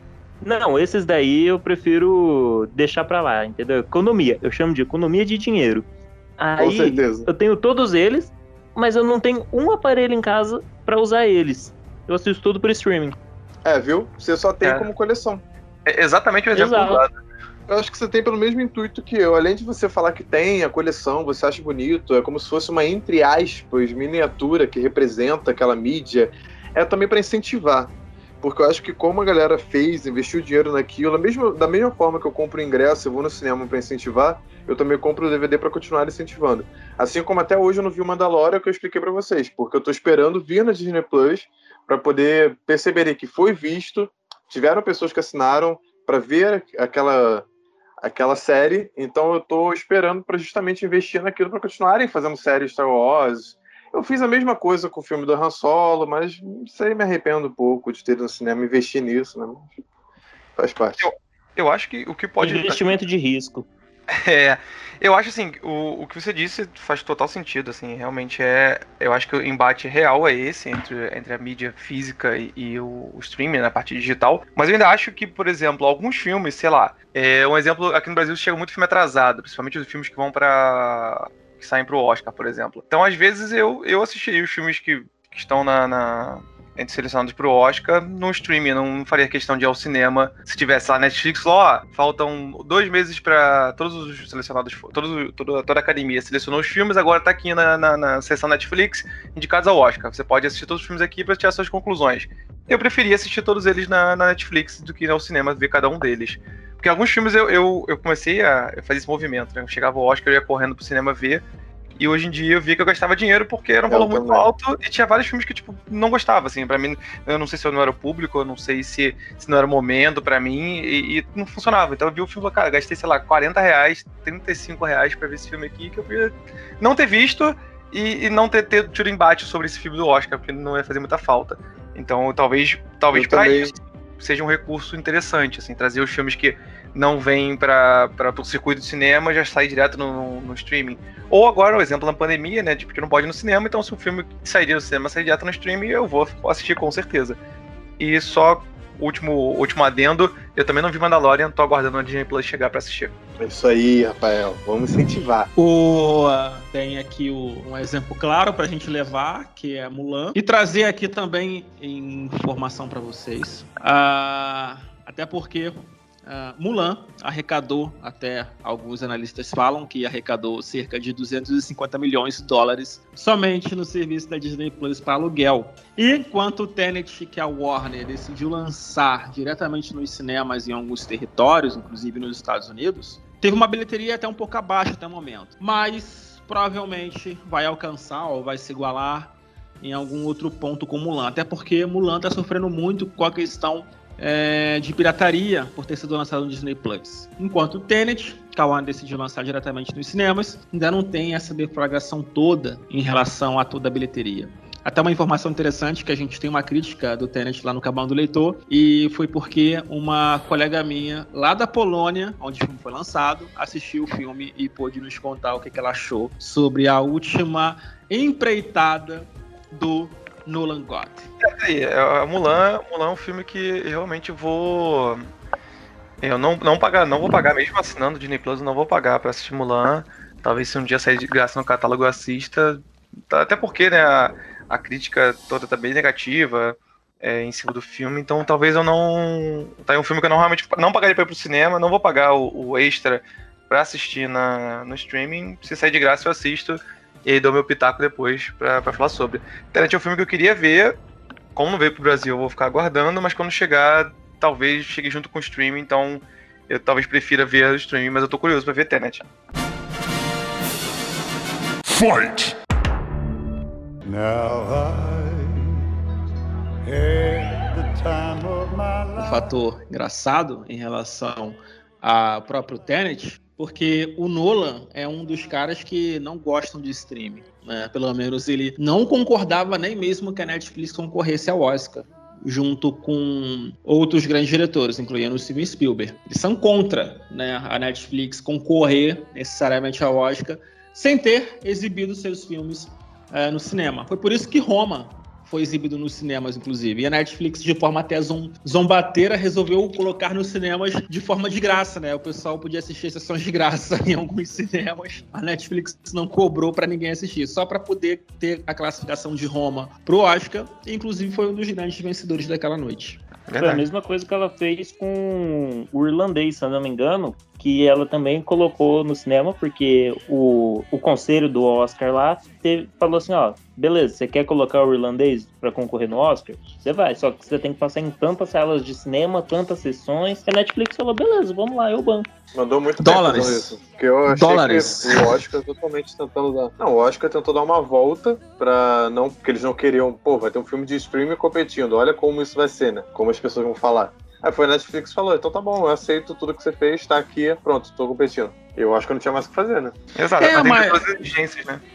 Não, esses daí eu prefiro deixar pra lá, entendeu? Economia. Eu chamo de economia de dinheiro. Aí, Com certeza. eu tenho todos eles, mas eu não tenho um aparelho em casa pra usar eles. Eu assisto tudo por streaming. É, viu? Você só tem É. como coleção. É exatamente o exemplo Exato. usado. Eu acho que você tem pelo mesmo intuito que eu. Além de você falar que tem a coleção, você acha bonito, é como se fosse uma, entre aspas, miniatura que representa aquela mídia. É também para incentivar. Porque eu acho que como a galera fez, investiu dinheiro naquilo, da mesma, da mesma forma que eu compro o ingresso, eu vou no cinema para incentivar, eu também compro o D V D para continuar incentivando. Assim como até hoje eu não vi o Mandalorian, que eu expliquei para vocês, porque eu tô esperando vir na Disney Plus para poder perceberem que foi visto, tiveram pessoas que assinaram para ver aquela, aquela série, então eu tô esperando para justamente investir naquilo para continuarem fazendo séries Star Wars. Eu fiz a mesma coisa com o filme do Han Solo, mas isso aí me arrependo um pouco de ter ido no cinema e investir nisso, né? Faz parte. Eu, eu acho que o que pode... Investimento de risco. É, eu acho assim, o, o que você disse faz total sentido, assim, realmente é, eu acho que o embate real é esse, entre, entre a mídia física e, e o, o streaming, na parte digital, mas eu ainda acho que, por exemplo, alguns filmes, sei lá, é, um exemplo, aqui no Brasil chega muito filme atrasado, principalmente os filmes que vão pra... que saem pro Oscar, por exemplo. Então, às vezes, eu, eu assistiria os filmes que, que estão na... na... entre selecionados pro Oscar no streaming, não faria questão de ir ao cinema. Se tivesse lá Netflix, ó, faltam dois meses pra todos os selecionados, todos, toda, toda a academia selecionou os filmes, agora tá aqui na, na, na seção Netflix, indicados ao Oscar. Você pode assistir todos os filmes aqui pra tirar suas conclusões. Eu preferia assistir todos eles na, na Netflix do que ir ao cinema ver cada um deles. Porque alguns filmes eu, eu, eu comecei a fazer esse movimento, né? Eu chegava ao Oscar, eu ia correndo pro cinema ver. E hoje em dia eu vi que eu gastava dinheiro porque era um valor muito também. alto e tinha vários filmes que, tipo, não gostava, assim, pra mim, eu não sei se eu não era o público, eu não sei se, se não era o momento pra mim e, e não funcionava. Então eu vi o filme e falei, cara, gastei, sei lá, quarenta reais, trinta e cinco reais pra ver esse filme aqui que eu podia não ter visto e, e não ter, ter tido embate sobre esse filme do Oscar, porque não ia fazer muita falta. Então talvez, talvez Eu pra também. isso seja um recurso interessante, assim, trazer os filmes que não vêm para o circuito de cinema, já sai direto no, no streaming. Ou agora, o exemplo na pandemia, né, tipo, que não pode ir no cinema, então se o filme sairia do cinema, sair direto no streaming, eu vou assistir com certeza. E só, último, último adendo, eu também não vi Mandalorian, tô aguardando a Disney Plus chegar para assistir. É isso aí, Rafael. Vamos incentivar. O, tem aqui o, um exemplo claro pra gente levar, que é Mulan. E trazer aqui também informação para vocês. Ah, até porque Uh, Mulan arrecadou, até alguns analistas falam que arrecadou cerca de duzentos e cinquenta milhões de dólares somente no serviço da Disney Plus para aluguel. E enquanto o Tenet, que a Warner decidiu lançar diretamente nos cinemas em alguns territórios, inclusive nos Estados Unidos, teve uma bilheteria até um pouco abaixo até o momento, mas provavelmente vai alcançar ou vai se igualar em algum outro ponto com Mulan, até porque Mulan está sofrendo muito com a questão É, de pirataria por ter sido lançado no Disney Plus. Enquanto o Tenet, que a Warner decidiu lançar diretamente nos cinemas, ainda não tem essa deflagração toda em relação a toda a bilheteria. Até uma informação interessante, que a gente tem uma crítica do Tenet lá no Cabão do Leitor, e foi porque uma colega minha, lá da Polônia, onde o filme foi lançado, assistiu o filme e pôde nos contar o que ela achou sobre a última empreitada do Nolan Gott. É, aí, é, Mulan, Mulan é um filme que realmente vou... Eu não, não, pagar, não vou pagar, mesmo assinando o Disney Plus, eu não vou pagar pra assistir Mulan. Talvez se um dia sair de graça no catálogo eu assista. Até porque, né, a, a crítica toda tá bem negativa é, em cima do filme, então talvez eu não... Tá aí um filme que eu não, realmente não pagaria pra ir pro cinema, não vou pagar o, o extra pra assistir na, no streaming. Se sair de graça eu assisto. E aí dou meu pitaco depois pra, pra falar sobre. Tenet é um filme que eu queria ver, Como não veio pro Brasil, eu vou ficar aguardando, mas quando chegar, talvez chegue junto com o streaming, então eu talvez prefira ver o streaming, mas eu tô curioso pra ver Tenet. Fight! Now I had the time of my Um life. fator engraçado em relação ao próprio Tenet, porque o Nolan é um dos caras que não gostam de streaming, né? Pelo menos ele não concordava nem mesmo que a Netflix concorresse ao Oscar, junto com outros grandes diretores, incluindo o Steven Spielberg. Eles são contra, né, a Netflix concorrer necessariamente ao Oscar sem ter exibido seus filmes é, no cinema. Foi por isso que Roma foi exibido nos cinemas, inclusive. E a Netflix, de forma até zom, zombateira, resolveu colocar nos cinemas de forma de graça, né? O pessoal podia assistir sessões de graça em alguns cinemas. A Netflix não cobrou pra ninguém assistir, só pra poder ter a classificação de Roma pro Oscar. E, inclusive, foi um dos grandes vencedores daquela noite. Foi a mesma coisa que ela fez com o Irlandês, se eu não me engano, que ela também colocou no cinema, porque o, o conselho do Oscar lá teve, falou assim, ó, beleza, você quer colocar o Irlandês pra concorrer no Oscar? Você vai, só que você tem que passar em tantas salas de cinema, tantas sessões. A Netflix falou, beleza, vamos lá, eu banco. Mandou muito Dólares. bem isso. Porque eu achei Dólares. que o Oscar totalmente tentando dar... Não, o Oscar tentou dar uma volta pra não... Porque eles não queriam... Pô, vai ter um filme de streaming competindo. Olha como isso vai ser, né? Como as pessoas vão falar. Aí foi a Netflix e falou, então tá bom, eu aceito tudo que você fez, tá aqui, pronto, tô competindo. Eu acho que eu não tinha mais o que fazer, né? Exato, É, mas tem mas- todas as exigências, né?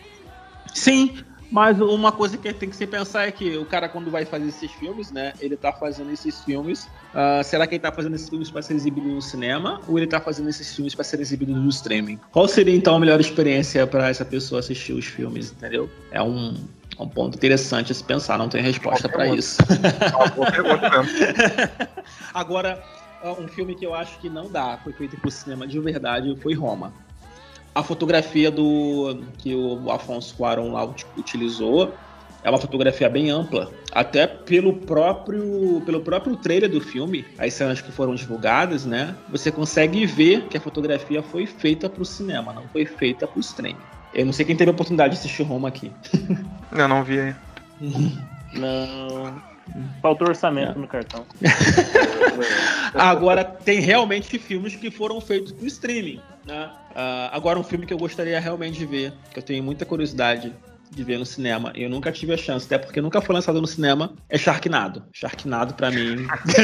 Sim, mas uma coisa que tem que se pensar é que o cara, quando vai fazer esses filmes, né, ele tá fazendo esses filmes, ah, será que ele tá fazendo esses filmes pra ser exibido no cinema ou ele tá fazendo esses filmes pra ser exibido no streaming? Qual seria, então, a melhor experiência pra essa pessoa assistir os filmes, entendeu? É um, é um ponto interessante a se pensar, não tem resposta pra Qualquer isso. Uma boa pergunta mesmo. Agora, um filme que eu acho que não dá, foi feito pro cinema de verdade, foi Roma. A fotografia do que o Afonso Cuarón lá ut- utilizou é uma fotografia bem ampla. Até pelo próprio, pelo próprio trailer do filme, as cenas que foram divulgadas, né? Você consegue ver que a fotografia foi feita pro cinema, não foi feita pro streaming. Eu não sei quem teve a oportunidade de assistir Roma aqui. Eu não vi aí. Não. Faltou orçamento no cartão. Agora, tem realmente filmes que foram feitos pro streaming, né? Ah, agora, um filme que eu gostaria realmente de ver, que eu tenho muita curiosidade de ver no cinema, e eu nunca tive a chance, até porque nunca foi lançado no cinema, é Sharknado. Sharknado, pra mim...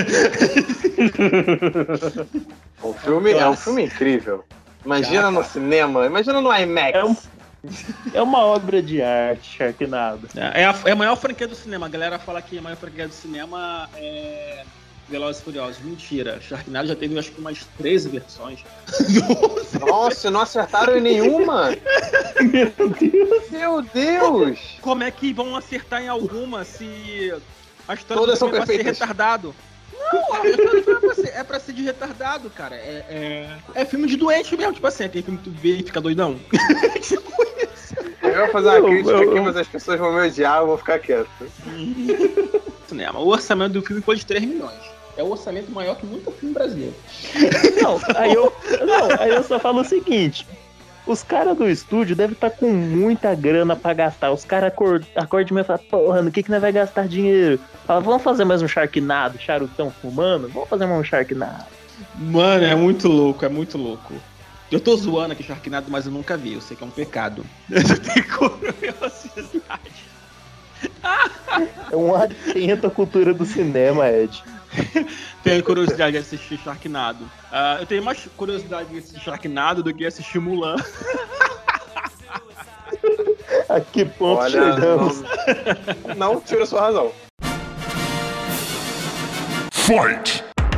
O filme é um filme incrível. Imagina Já, no cara. cinema, imagina no IMAX. É um- É uma obra de arte, Sharknado. É a, é a maior franquia do cinema. A galera fala que a maior franquia do cinema é Velozes e Furiosos. Mentira. Sharknado já teve, acho que, umas treze versões. Nossa, não acertaram em nenhuma? Meu Deus. Meu Deus! Como é que vão acertar em alguma se a história Todas do são filme é pra ser perfeitas. retardado? Não, a história do filme é pra ser, é pra ser de retardado, cara. É, é, é filme de doente mesmo, tipo assim, aquele filme que tu vê e fica doidão. Tipo isso. Eu vou fazer uma Eu- crítica eu- aqui, mas as pessoas vão me odiar, eu vou ficar quieto. Cinema. O orçamento do filme foi de três milhões. É o orçamento maior que muito filme brasileiro. Não, aí eu, não, aí eu só falo o seguinte. Os caras do estúdio devem estar com muita grana pra gastar. Os caras acordam acord de manhã e falam, porra, no que que nós vai gastar dinheiro? Fala, vamos fazer mais um Sharknado, charutão fumando? Vamos fazer mais um Sharknado. Mano, é muito louco, é muito louco. Eu tô zoando aqui Sharknado, mas eu nunca vi. Eu sei que é um pecado. Eu tenho curiosidade. É um atento à cultura do cinema, Ed. Tenho curiosidade de assistir Sharknado. Ah, eu tenho mais curiosidade de assistir Sharknado do que assistir Mulan. A que ponto Olha, chegamos? não, não tira sua razão. Fight!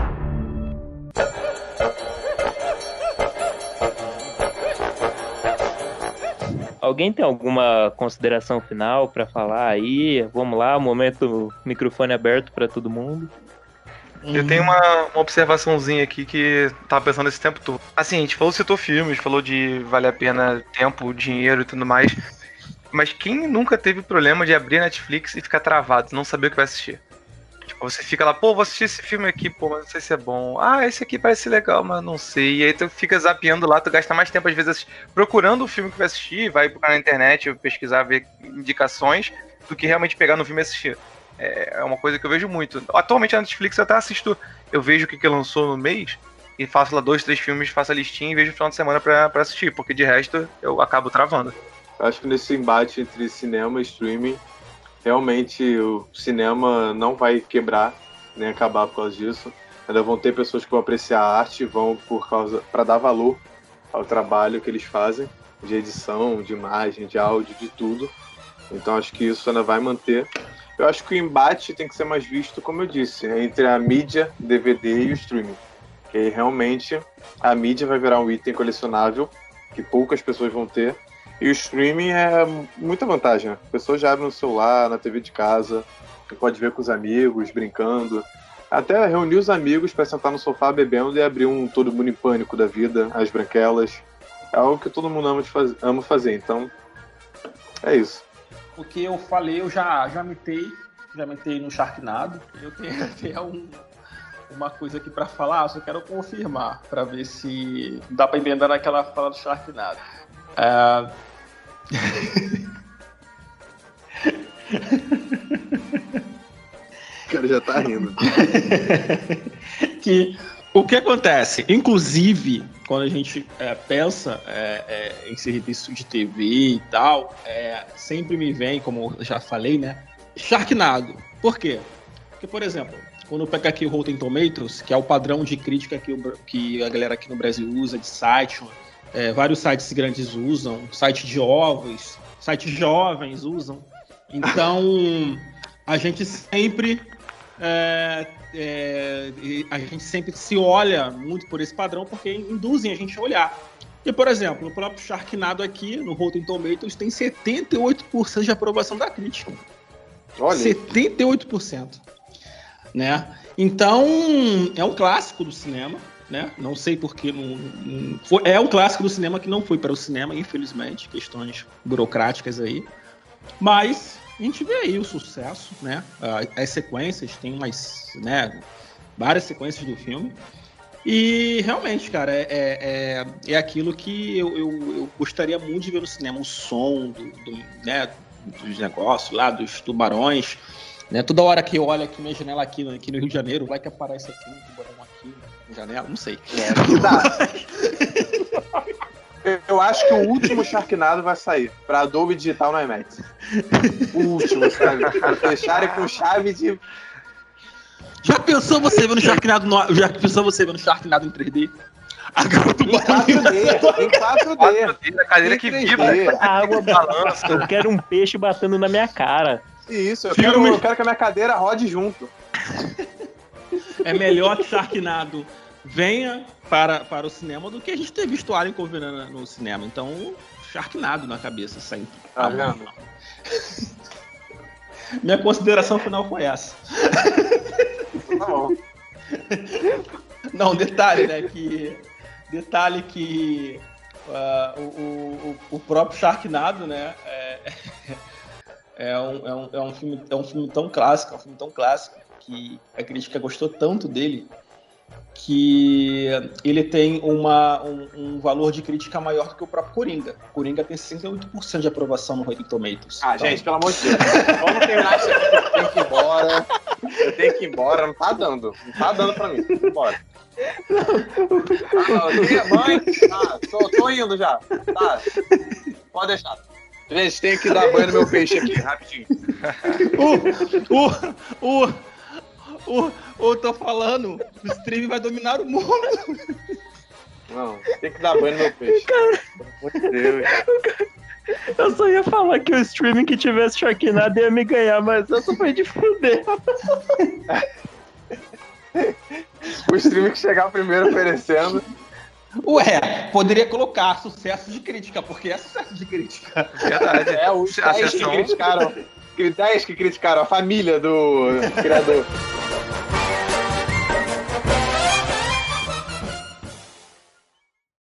Alguém tem alguma consideração final pra falar aí? Vamos lá, momento microfone aberto pra todo mundo. Eu tenho uma, uma observaçãozinha aqui que tava pensando esse tempo todo. Assim, a gente falou, citou filmes, falou de vale a pena tempo, dinheiro e tudo mais. Mas quem nunca teve problema de abrir a Netflix e ficar travado, não saber o que vai assistir? Tipo, você fica lá, pô, vou assistir esse filme aqui, pô, mas não sei se é bom. Ah, esse aqui parece legal, mas não sei. E aí tu fica zapeando lá, tu gasta mais tempo às vezes procurando o filme que vai assistir, vai procurar na internet, pesquisar, ver indicações, do que realmente pegar no filme e assistir. É uma coisa que eu vejo muito. Atualmente a Netflix eu até assisto, eu vejo o que, que lançou no mês e faço lá dois, três filmes, faço a listinha e vejo o final de semana pra, pra assistir, porque de resto eu acabo travando. Eu acho que nesse embate entre cinema e streaming, realmente o cinema não vai quebrar, nem acabar por causa disso. Ainda vão ter pessoas que vão apreciar a arte, vão por causa para dar valor ao trabalho que eles fazem, de edição, de imagem, de áudio, de tudo. Então acho que isso ainda vai manter. Eu acho que o embate tem que ser mais visto, como eu disse, entre a mídia, D V D e o streaming. Que aí realmente a mídia vai virar um item colecionável, que poucas pessoas vão ter. E o streaming é muita vantagem, né? A pessoa já abre no celular, na T V de casa, pode ver com os amigos, brincando. Até reunir os amigos para sentar no sofá bebendo e abrir um Todo Mundo em Pânico da vida, As Branquelas. É algo que todo mundo ama, de faz... ama fazer, então é isso. O que eu falei, eu já, já mitei, já mitei no Sharknado. Eu tenho até um, uma coisa aqui para falar, só quero confirmar, para ver se dá para emendar naquela fala do Sharknado. Uh... O cara já tá rindo. Que, o que acontece? Inclusive, quando a gente é, pensa é, é, em serviço de T V e tal, é, sempre me vem, como eu já falei, né? Sharknado. Por quê? Porque, por exemplo, quando eu pego aqui o Rotten Tomatoes, que é o padrão de crítica que, o, que a galera aqui no Brasil usa, de site, é, vários sites grandes usam, sites de ovos, sites jovens usam. Então, a gente sempre... É, é, a gente sempre se olha muito por esse padrão porque induzem a gente a olhar. E, por exemplo, o próprio Sharknado aqui no Rotten Tomatoes tem setenta e oito por cento de aprovação da crítica. Olha. setenta e oito por cento. Né? Então, é um clássico do cinema, né? Não sei porque não, não foi, é um clássico do cinema que não foi para o cinema, infelizmente, questões burocráticas aí. Mas a gente vê aí o sucesso, né? As sequências, tem umas, né? Várias sequências do filme. E realmente, cara, é, é, é aquilo que eu, eu, eu gostaria muito de ver no cinema. O som do, do, né, dos negócios lá, dos tubarões. Né? Toda hora que eu olho aqui na janela aqui, aqui no Rio de Janeiro, vai que aparece aqui um tubarão aqui na janela, não sei. É, que dá. Eu acho que o último Sharknado vai sair pra Adobe Digital no IMAX. O último, sabe? Pra fecharem com chave de... Já pensou você vendo Sharknado no... Já pensou você vendo Sharknado em três D? Agora tu em quatro D, em quatro D. A cadeira que vibra. A água balança. Eu quero um peixe batendo na minha cara. Isso, eu quero, eu quero que a minha cadeira rode junto. É melhor que Sharknado venha para, para o cinema do que a gente ter visto Alien Covenant no cinema. Então, Sharknado na cabeça sempre. Tá vendo? Minha consideração final foi essa. Tá bom. Não, detalhe, né? Que, detalhe que uh, o, o, o próprio Sharknado, né? É, é, um, é, um, é, um filme, é um filme tão clássico, é um filme tão clássico que a crítica gostou tanto dele que ele tem uma, um, um valor de crítica maior do que o próprio Coringa. Coringa tem sessenta e oito por cento de aprovação no Rotten Tomatoes. Ah, então... gente, pelo amor de Deus. Vamos terminar isso aqui, eu tenho que ir embora. Eu tenho que ir embora, não tá dando. Não tá dando pra mim. Bora. Ah, eu mãe. Ah, tô, tô indo já. Tá. Pode deixar. Gente, tem que dar banho no meu peixe aqui, rapidinho. O... O... O... O, eu tô falando, o stream vai dominar o mundo. Não, tem que dar banho no meu peixe. Cara, meu Deus. Eu só ia falar que o streaming que tivesse Sharknado ia me ganhar, mas essa foi de fuder. O streaming que chegar primeiro oferecendo. Ué, poderia colocar sucesso de crítica, porque é sucesso de crítica. Verdade. É, os dez que criticaram, dez que criticaram a família do criador.